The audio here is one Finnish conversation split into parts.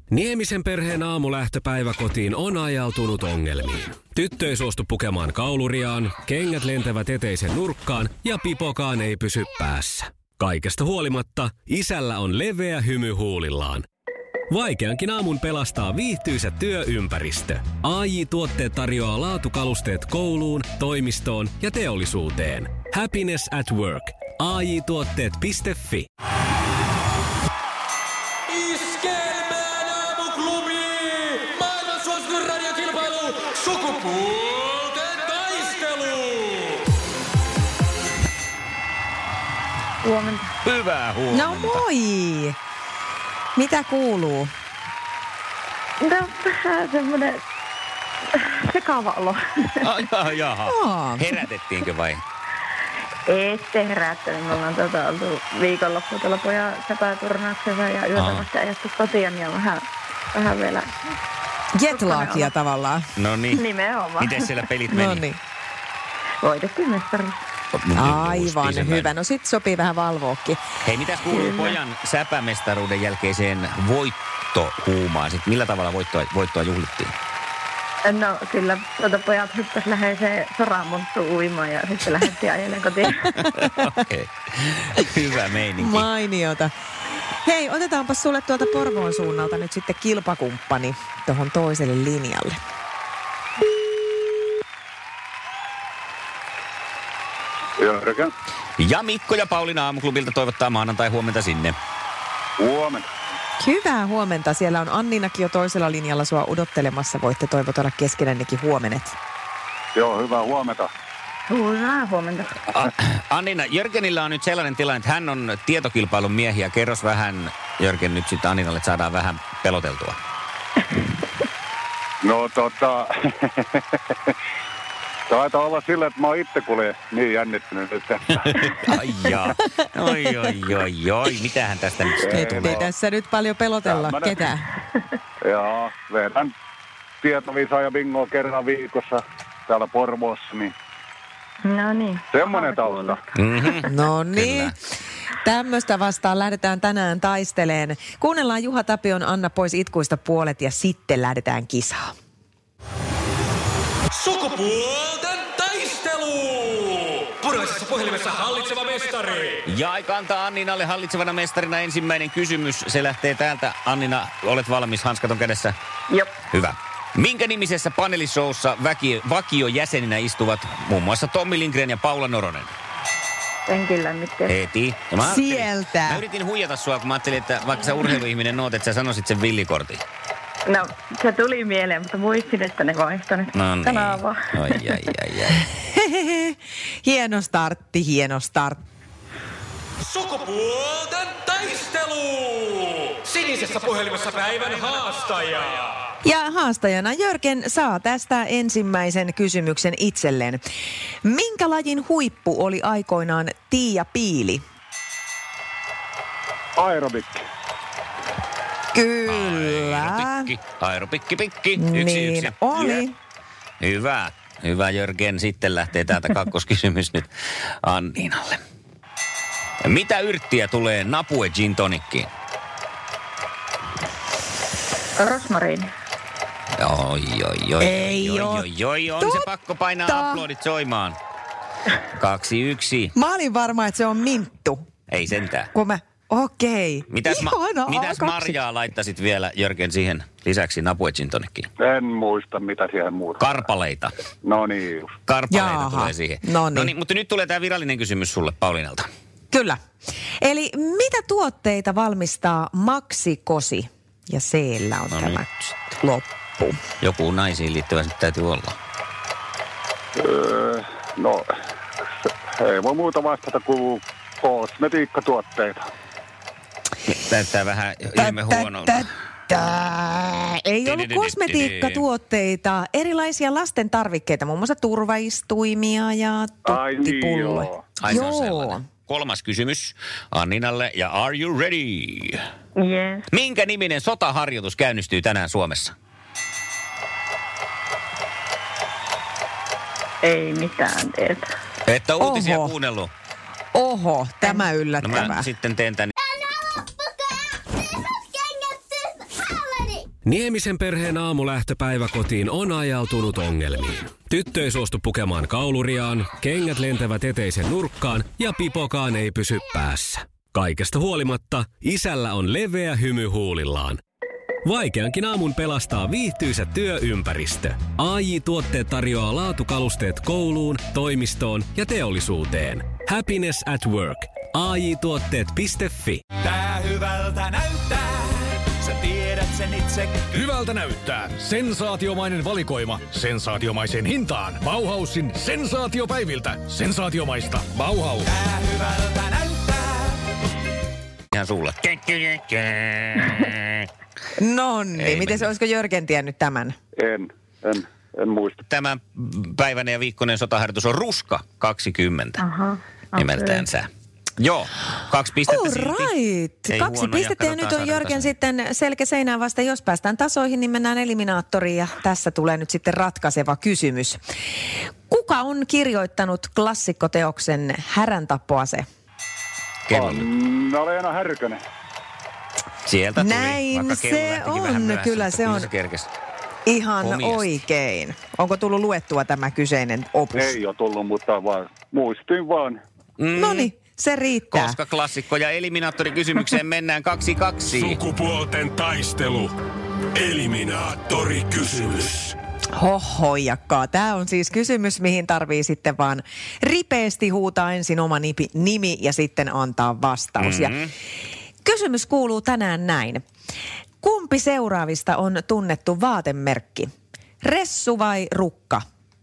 Niemisen perheen aamulähtöpäivä kotiin on ajautunut ongelmiin. Tyttö ei suostu pukemaan kauluriaan, kengät lentävät eteisen nurkkaan ja pipokaan ei pysy päässä. Kaikesta huolimatta, isällä on leveä hymy huulillaan. Vaikeankin aamun pelastaa viihtyisä työympäristö. AJ-tuotteet tarjoaa laatukalusteet kouluun, toimistoon ja teollisuuteen. Happiness at work. AJ-tuotteet.fi. Iskelmään aamuklubi! Maailman suosituin radiokilpailu! Sukupuolten taistelu! Huomenta. Hyvää huomenta. No moi! Mitä kuuluu? No vähän semmoinen sekava olo. Jaha. Herätettiinkö vai? Ette herättänyt. Me ollaan oltu viikonloppu tuolla pojan säpäturnauksessa ja yötä vasta ajattu kotiin ja vähän vielä... Jetlagia tavallaan. No niin. Nimenomaan. Miten siellä pelit meni? No niin. Voitettiin mestaruus. Aivan hyvä. No sit sopii vähän valvoakin. Hei, mitäs kuuluu pojan säpämestaruuden jälkeiseen voittohuumaan? Sitten millä tavalla voittoa juhlittiin? No kyllä, pojat hyppäs läheiseen soramonttuun uimaan ja sitten lähdettiin ajelemaan kotiin. Okei. Hyvä meininki. Mainiota. Hei, otetaanpa sulle tuolta Porvoon suunnalta nyt sitten kilpakumppani tuohon toiselle linjalle. Jörgen. Ja Mikko ja Pauliina Aamuklubilta toivottaa maanantai huomenta sinne. Huomenta. Hyvää huomenta. Siellä on Anninakin jo toisella linjalla sua odottelemassa. Voitte toivotella keskenännekin huomenet. Joo, hyvää huomenta. Hyvää huomenta. Annina, Jörgenillä on nyt sellainen tilanne, että hän on tietokilpailun miehiä. Kerros vähän, Jörgen, nyt sitten Anninalle, että saadaan vähän peloteltua. No taitaa olla sillä, että mä oon itse kuule niin jännittynyt nyt. Ai jaa. Oi. Mitähän tästä nyt sitten Ei tässä nyt paljon pelotella ketään. Joo, vedän tietovisaa ja bingoa kerran viikossa täällä Porvoossa, niin No niin. semmoinen tausta. No niin. Tämmöistä vastaan lähdetään tänään taisteleen. Kuunnellaan Juha Tapion Anna pois itkuista puolet ja sitten lähdetään kisaan. Sukupuolten taistelu! Puraisessa puhelimessa hallitseva mestari! Ja aika antaa Anninalle hallitsevana mestarina ensimmäinen kysymys. Se lähtee täältä. Annina, olet valmis? Hanskat on kädessä? Jop. Hyvä. Minkä nimisessä paneelishowssa vakiojäseninä istuvat muun muassa Tommi Lindgren ja Paula Noronen? En kyllä nyt tiedä. Heti. Sieltä. Mä yritin huijata sua, kun mä ajattelin, että vaikka sä urheiluihminen oot, että sä sanoisit sen villikortin. No, se tuli mieleen, mutta muistin, että ne vaihtanut kanavaa. Ai. Hieno startti. Sukupuolten taistelu! Sinisessä puhelimessa päivän haastaja! Ja haastajana Jörgen saa tästä ensimmäisen kysymyksen itselleen. Minkä lajin huippu oli aikoinaan Tiia Piili? Aerobikki. Kyllä. Aerobikki. Yksi. Niin oli. Hyvä Jörgen. Sitten lähtee täältä kakkoskysymys nyt Anninalle. Mitä yrttiä tulee Napue Gin Tonickiin? Rosmariini. Ei on se pakko painaa aplodit soimaan. 2-1. Mä olin varma, että se on minttu. Ei sentään. Okei. Mitäs marjaa laittasit vielä, Jörgen, siihen lisäksi Napue Gin Tonickiin? En muista, mitä siihen muuta. Karpaleita. No niin just. Karpaleita tulee siihen. No niin, mutta nyt tulee tämä virallinen kysymys sulle, Pauliinalta. Kyllä. Eli mitä tuotteita valmistaa Maxi Kosi? Ja siellä on tämä loppu. Joku naisiin liittyvä nyt täytyy olla. No, ei voi muuta vastata kuin kosmetiikkatuotteita. Näyttää vähän ilme huonolta. Ei ollut kosmetiikkatuotteita, erilaisia lasten tarvikkeita, muun muassa turvaistuimia ja tuttipulloja. Ai se on sellainen. Kolmas kysymys Anninalle ja are you ready? Yes. Minkä niminen sotaharjoitus käynnistyy tänään Suomessa? Ei mitään teetä. Että uutisia kuunnellut. Oho, tämä yllättävää. No mä sitten teen tän. Niemisen perheen aamulähtöpäivä kotiin on ajautunut ongelmiin. Tyttö ei suostu pukemaan kauluriaan, kengät lentävät eteisen nurkkaan ja pipokaan ei pysy päässä. Kaikesta huolimatta, isällä on leveä hymy huulillaan. Vaikeankin aamun pelastaa viihtyisä työympäristö. AJ-tuotteet tarjoaa laatukalusteet kouluun, toimistoon ja teollisuuteen. Happiness at work. AJ-tuotteet.fi. Tää hyvältä näyttää. Sä tiedät sen itse. Hyvältä näyttää. Sensaatiomainen valikoima. Sensaatiomaiseen hintaan. Bauhausin sensaatiopäiviltä. Sensaatiomaista. Bauhaus. Tää hyvältä näyttää. Ihan sulla. Nonni, miten se, olisiko Jörgen tiennyt tämän? En muista. Tämä päiväinen ja viikkoinen sotaharjoitus on Ruska 20 nimeltään sä. Joo, 2 pistettä silti. Right. Ei 2 pistettä ja nyt on Jörgen sitten selkä seinään vasta. Jos päästään tasoihin, niin mennään eliminaattoriin ja tässä tulee nyt sitten ratkaiseva kysymys. Kuka on kirjoittanut klassikkoteoksen Häräntapoase? Anna-Leena Härkönen. Sieltä tuli. Näin se on, kyllä se on ihan oikein. Onko tullut luettua tämä kyseinen opus? Ei ole tullut, mutta vaan muistin vaan. Noniin, se riittää. Koska klassikko- ja eliminaattorikysymykseen mennään 2-2. Sukupuolten taistelu. Eliminaattorikysymys. Hohojakkaa. Tämä on siis kysymys, mihin tarvii sitten vaan ripeästi huutaa ensin oma nimi ja sitten antaa vastaus. Ja kysymys kuuluu tänään näin. Kumpi seuraavista on tunnettu vaatemerkki? Ressu vai rukka?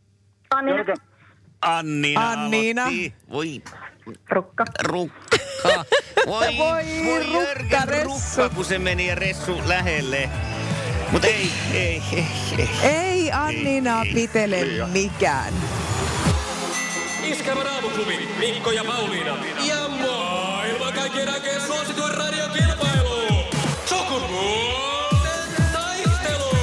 Anniina. Voi. Rukka. Voi rukka, Ressu. Rukka, kun se meni ja Ressu lähelle. Mutta ei. Ei Anniina pitele mikään. Iskävä raamuklubi, Mikko ja Pauliina. Ja maailman kaikkien aikeen suosituen radiokilpailu. Sukupuolten taistelu.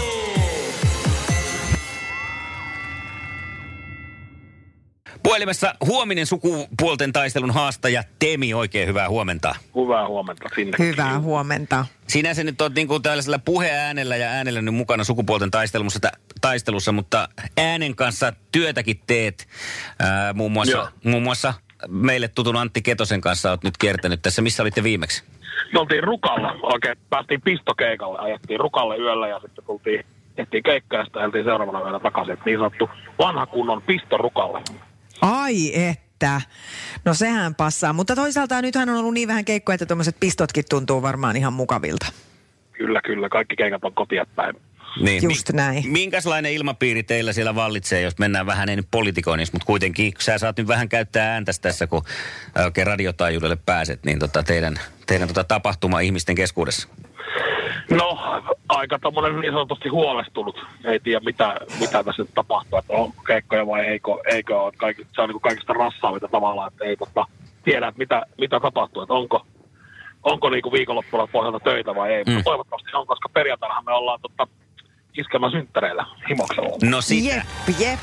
Puhelimessa huominen sukupuolten taistelun haastaja Temi. Oikein hyvää huomenta. Hyvää huomenta sinne. Hyvää huomenta. Sinä se nyt olet niin kuin tällaisella puheäänellä ja äänellä nyt mukana sukupuolten taistelussa, mutta äänen kanssa työtäkin teet. Muun muassa meille tutun Antti Ketosen kanssa olet nyt kiertänyt tässä. Missä olitte viimeksi? Me oltiin Rukalla. Oikein päästiin pistokeikalle. Ajettiin Rukalle yöllä ja sitten tehtiin keikkaa ja sitten ajeltiin seuraavana yöllä takaisin. Niin sanottu vanha kunnon pisto Rukalle. Ai että. No sehän passaa. Mutta toisaalta nythän on ollut niin vähän keikkoja, että tuommoiset pistotkin tuntuu varmaan ihan mukavilta. Kyllä. Kaikki keikat on kotia päin. Niin. Just näin. Minkälainen ilmapiiri teillä siellä vallitsee, jos mennään vähän ei nyt politikoinnissa, mutta kuitenkin sä saat nyt vähän käyttää ääntäsi tässä, kun oikein radiotaajuudelle pääset, niin teidän tapahtuma ihmisten keskuudessa? No, aika tommonen niin sanotusti huolestunut. Ei tiedä, mitä tässä nyt tapahtuu, että on keikkoja vai eikö ole. Se on niin kuin kaikista rassaavinta tavallaan, että ei tiedä, että mitä tapahtuu, että onko niin kuin viikonloppuilla pohjalta töitä vai ei. Mutta toivottavasti on, koska perjantainahan me ollaan iskelmän synttäreillä Himoksella. No sitä. Jep.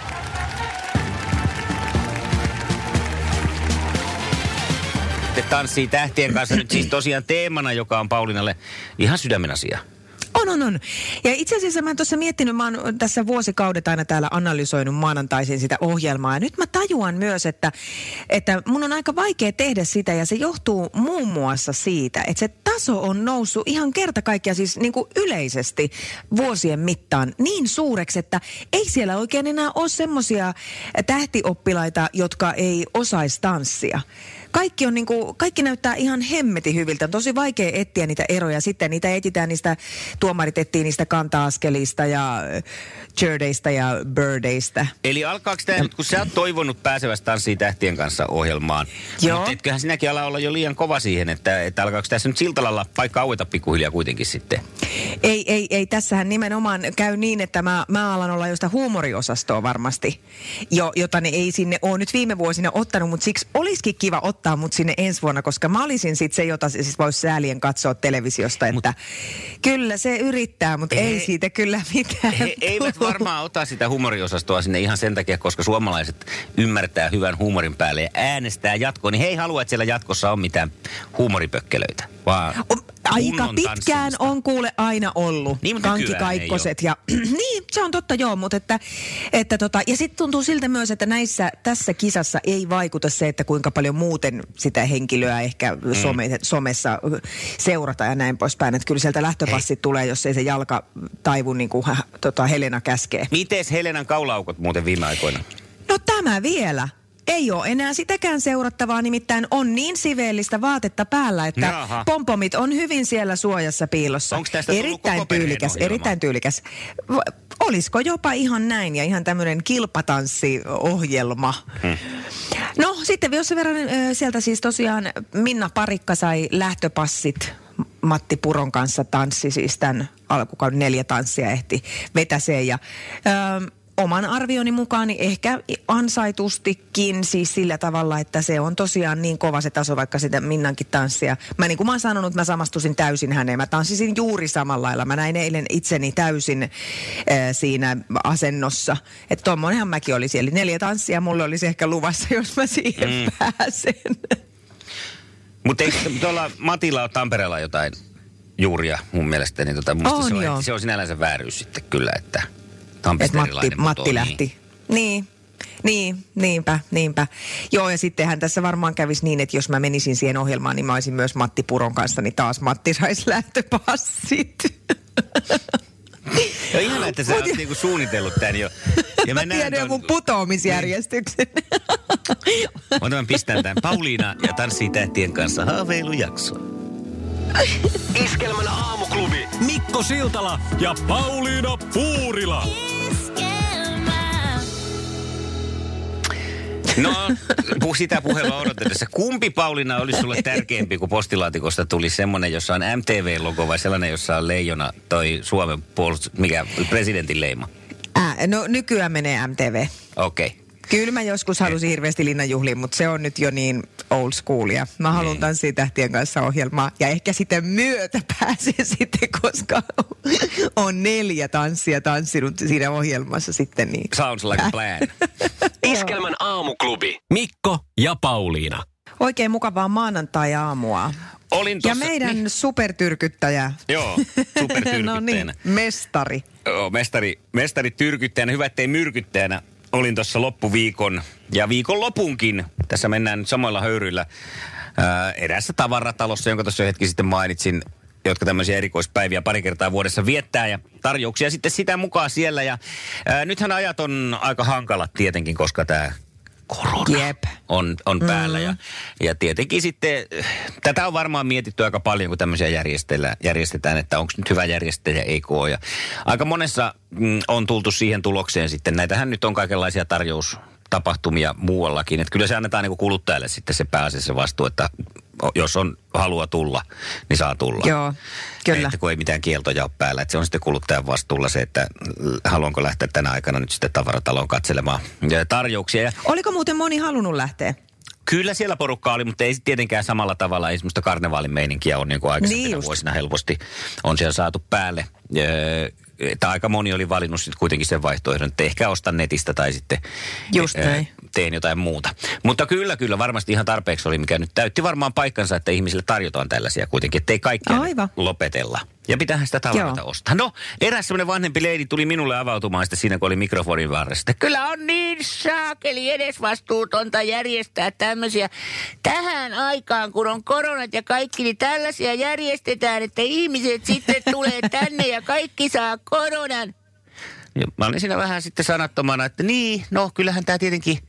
Te tanssii tähtien kanssa nyt siis tosiaan teemana, joka on Paulinalle ihan sydämen asia. On. Ja itse asiassa mä oon tuossa miettinyt, mä oon tässä vuosikaudet aina täällä analysoinut maanantaisin sitä ohjelmaa. Ja nyt mä tajuan myös, että mun on aika vaikea tehdä sitä ja se johtuu muun muassa siitä, että se taso on noussut ihan kerta kaikkiaan siis niin kuin yleisesti vuosien mittaan niin suureksi, että ei siellä oikein enää ole semmoisia tähtioppilaita, jotka ei osaisi tanssia. Kaikki näyttää ihan hemmetin hyviltä. On tosi vaikea etsiä niitä eroja. Sitten niitä etsitään tuomarit etsii niistä kanta-askelista ja jerdeistä ja birdeistä. Eli alkaako tämä nyt, kun sä oot toivonut pääsevästä Tanssii tähtien kanssa ohjelmaan, mutta etköhän sinäkin ala olla jo liian kova siihen, että alkaako tässä nyt Siltalalla paikka aueta pikkuhiljaa kuitenkin sitten? Ei. Tässähän nimenomaan käy niin, että mä alan olla josta huumoriosastoa varmasti, jota ne ei sinne ole nyt viime vuosina ottanut, mutta siksi olisikin kiva ottaa mut sinne ensi vuonna, koska mä olisin sitten se, jota siis voisi säälien katsoa televisiosta, että kyllä se yrittää, mutta ei siitä kyllä mitään eivät varmaan ota sitä huumoriosastoa sinne ihan sen takia, koska suomalaiset ymmärtää hyvän huumorin päälle ja äänestää jatkoon, niin he ei halua, että siellä jatkossa on mitään huumoripökkelöitä, vaan Aika pitkään on kuule aina ollut niin, kankikaikkoset. Ja, niin, se on totta joo, mutta ja sitten tuntuu siltä myös, että tässä kisassa ei vaikuta se, että kuinka paljon muuten sitä henkilöä ehkä somessa seurata ja näin poispäin. Että kyllä sieltä lähtöpassit tulee, jos ei se jalka taivu niin kuin Helena käskee. Mites Helenan kaulaukot muuten viime aikoina? No tämä vielä. Ei ole enää sitäkään seurattavaa, nimittäin on niin siveellistä vaatetta päällä, että pompomit on hyvin siellä suojassa piilossa. Onko tästä tullut koko perheen ohjelma? Erittäin tyylikäs. Olisiko jopa ihan näin ja ihan tämmöinen kilpatanssiohjelma. No sitten jos verran sieltä siis tosiaan Minna Parikka sai lähtöpassit. Matti Puron kanssa tanssi siis tämän alkukauden 4 tanssia ehti vetäseen ja oman arvioni mukaan niin ehkä ansaitustikin siis sillä tavalla, että se on tosiaan niin kova se taso, vaikka sitä Minnankin tanssia. Niin kuin mä oon sanonut, mä samastusin täysin häneen. Mä tanssisin juuri samalla lailla. Mä näin eilen itseni täysin siinä asennossa. Että tommonenhan mäkin olisi. Eli 4 tanssia mulle olisi ehkä luvassa, jos mä siihen pääsen. Mutta eikö tuolla Matilla ole Tampereella jotain juuria mun mielestä? Niin se on sinällänsä vääryys sitten kyllä, että Matti lähti. Niin, niinpä. Joo, ja sittenhän tässä varmaan kävisi niin, että jos mä menisin siihen ohjelmaan, niin mä olisin myös Matti Puron kanssa, niin taas Matti saisi lähtöpassit. Joo, ihana, että sä oot niinku suunnitellut tän jo. Ja mä tiedän mun putoamisjärjestyksen. Mä pistän tän Pauliina ja Tanssii tähtien kanssa haaveilujakso. Iskelmän aamuklubi. Mikko Siltala ja Pauliina Puurila. No, sitä puhelua odotellessa. Kumpi Pauliina olisi sulle tärkeämpi, kun postilaatikosta tuli semmoinen, jossa on MTV-logo vai sellainen, jossa on leijona toi Suomen presidentin leima? No nykyään menee MTV. Okei. Okay. Kyllä mä joskus halusin hirveästi linnanjuhliin, mutta se on nyt jo niin old schoolia. Mä haluan Tanssia tähtien kanssa -ohjelmaa ja ehkä sitä myötä pääsen sitten, koska on 4 tanssia tanssinut siinä ohjelmassa sitten. Niin. Sounds like a plan. Iskelmän aamuklubi. Mikko ja Pauliina. Oikein mukavaa maanantai-aamua. Ja meidän supertyrkyttäjä. Joo, supertyrkyttäjänä. No niin, mestari. Joo, mestari tyrkyttäjänä, hyvä ettei myrkyttäjänä. Olin tuossa loppuviikon ja viikonlopunkin. Tässä mennään nyt samoilla höyryillä eräässä tavaratalossa, jonka tuossa hetki sitten mainitsin, jotka tämmöisiä erikoispäiviä pari kertaa vuodessa viettää ja tarjouksia sitten sitä mukaan siellä. Ja nythän ajat on aika hankalat tietenkin, koska tämä korona on päällä. Ja tietenkin sitten, tätä on varmaan mietitty aika paljon, kun tämmöisiä järjestetään, että onko nyt hyvä järjestäjä, eikö ole. Ja aika monessa on tultu siihen tulokseen sitten. Näitähän nyt on kaikenlaisia tarjoustapahtumia muuallakin. Että kyllä se annetaan niin kuin kuluttajalle sitten se pääasiassa vastuu, että jos on halua tulla, niin saa tulla. Joo, kyllä. Että kun ei mitään kieltoja ole päällä. Että se on sitten kuluttajan vastuulla se, että haluanko lähteä tänä aikana nyt sitten tavarataloon katselemaan tarjouksia. Oliko muuten moni halunnut lähteä? Kyllä siellä porukka oli, mutta ei tietenkään samalla tavalla. Ei semmoista karnevaalin meininkiä on niin kuin aikaisempina vuosina helposti on siellä saatu päälle. Että aika moni oli valinnut sitten kuitenkin sen vaihtoehdon, että ehkä ostan netistä tai sitten teen jotain muuta. Mutta kyllä varmasti ihan tarpeeksi oli, mikä nyt täytti varmaan paikkansa, että ihmisille tarjotaan tällaisia kuitenkin, ettei kaikkea lopetella. Ja pitäähän sitä tavaraa ostaa. No, eräs semmoinen vanhempi leidi tuli minulle avautumaan sitten siinä, kun oli mikrofonin varressa. Kyllä on niin saakeli edesvastuutonta järjestää tämmöisiä tähän aikaan, kun on koronat ja kaikki, niin tällaisia järjestetään, että ihmiset sitten tulee tänne ja kaikki saa koronan. Ja mä olin siinä vähän sitten sanattomana, että kyllähän tämä tietenkin...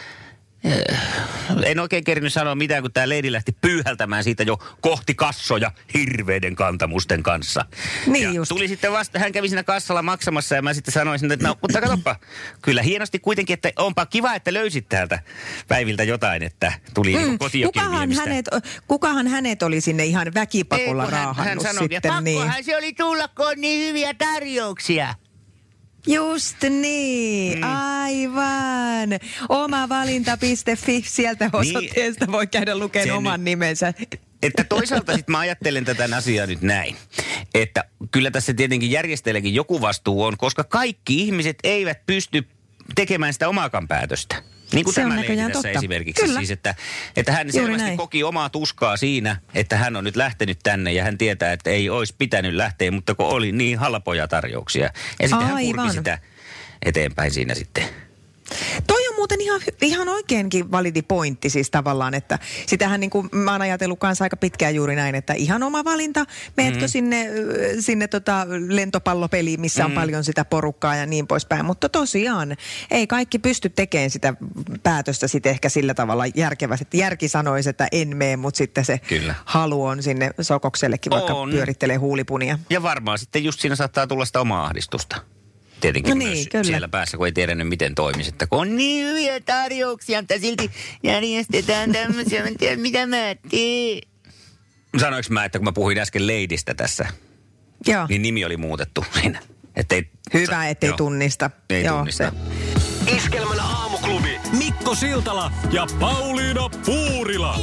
En oikein kerinyt sanoa mitään, kun tämä leidi lähti pyyhältämään siitä jo kohti kassoja hirveiden kantamusten kanssa. Niin ja just. Tuli sitten vasta, hän kävi siinä kassalla maksamassa ja mä sitten sanoisin, että no, mutta katsoppa, kyllä hienosti kuitenkin, että onpa kiva, että löysit täältä päiviltä jotain, että tuli kotijokin viemistä. Kukahan hänet oli sinne ihan väkipakolla raahannut hän sanoi, sitten. Pakkohan se oli tulla, kun on niin hyviä tarjouksia. Just niin, aivan. Omavalinta.fi, sieltä osoitteesta voi käydä lukemaan oman nimensä. Että toisaalta sitten mä ajattelen tätä asiaa nyt näin, että kyllä tässä tietenkin järjestäjälläkin joku vastuu on, koska kaikki ihmiset eivät pysty tekemään sitä omaakaan päätöstä. Niin kuin Se on tämä leidi näköjään tässä totta. esimerkiksi. Kyllä. Siis, että hän selvästi näin. koki omaa tuskaa siinä, että hän on nyt lähtenyt tänne ja hän tietää, että ei olisi pitänyt lähteä, mutta kun oli niin halpoja tarjouksia. Ja sitten hän Aivan. purki sitä eteenpäin siinä sitten. Toi on muuten ihan oikeinkin validi pointti siis tavallaan, että sitähän niin kuin mä oon ajatellut kanssa aika pitkään juuri näin, että ihan oma valinta, meetkö sinne lentopallopeliin, missä on paljon sitä porukkaa ja niin poispäin, mutta tosiaan ei kaikki pysty tekemään sitä päätöstä sitten ehkä sillä tavalla järkevästi, että järki sanoisi, että en mene, mutta sitten se halu on sinne Sokoksellekin, vaikka pyörittelee huulipunia. Ja varmaan sitten just siinä saattaa tulla sitä omaa ahdistusta. Tietenkin no niin, myös kyllä. siellä päässä, kun ei tiedä nyt miten toimisi. Että kun on niin hyviä tarjouksia, mutta silti järjestetään tämmöisiä, mä en tiedä mitä mä teen. Sanoinko mä, että kun mä puhuin äsken leidistä tässä, Joo. niin nimi oli muutettu siinä. Hyvä, ettei tunnista. Ei tunnista. Iskelmän aamuklubi Mikko Siltala ja Pauliina Puurila.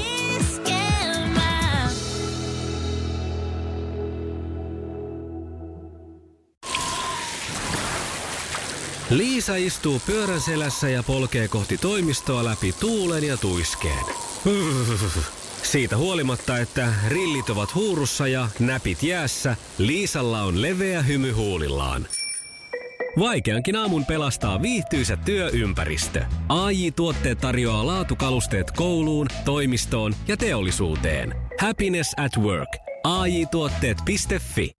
Liisa istuu pyörän selässä ja polkee kohti toimistoa läpi tuulen ja tuiskeen. Siitä huolimatta, että rillit ovat huurussa ja näpit jäässä, Liisalla on leveä hymy huulillaan. Vaikeankin aamun pelastaa viihtyisä työympäristö. AJ-tuotteet tarjoaa laatukalusteet kouluun, toimistoon ja teollisuuteen. Happiness at work. AJ-tuotteet.fi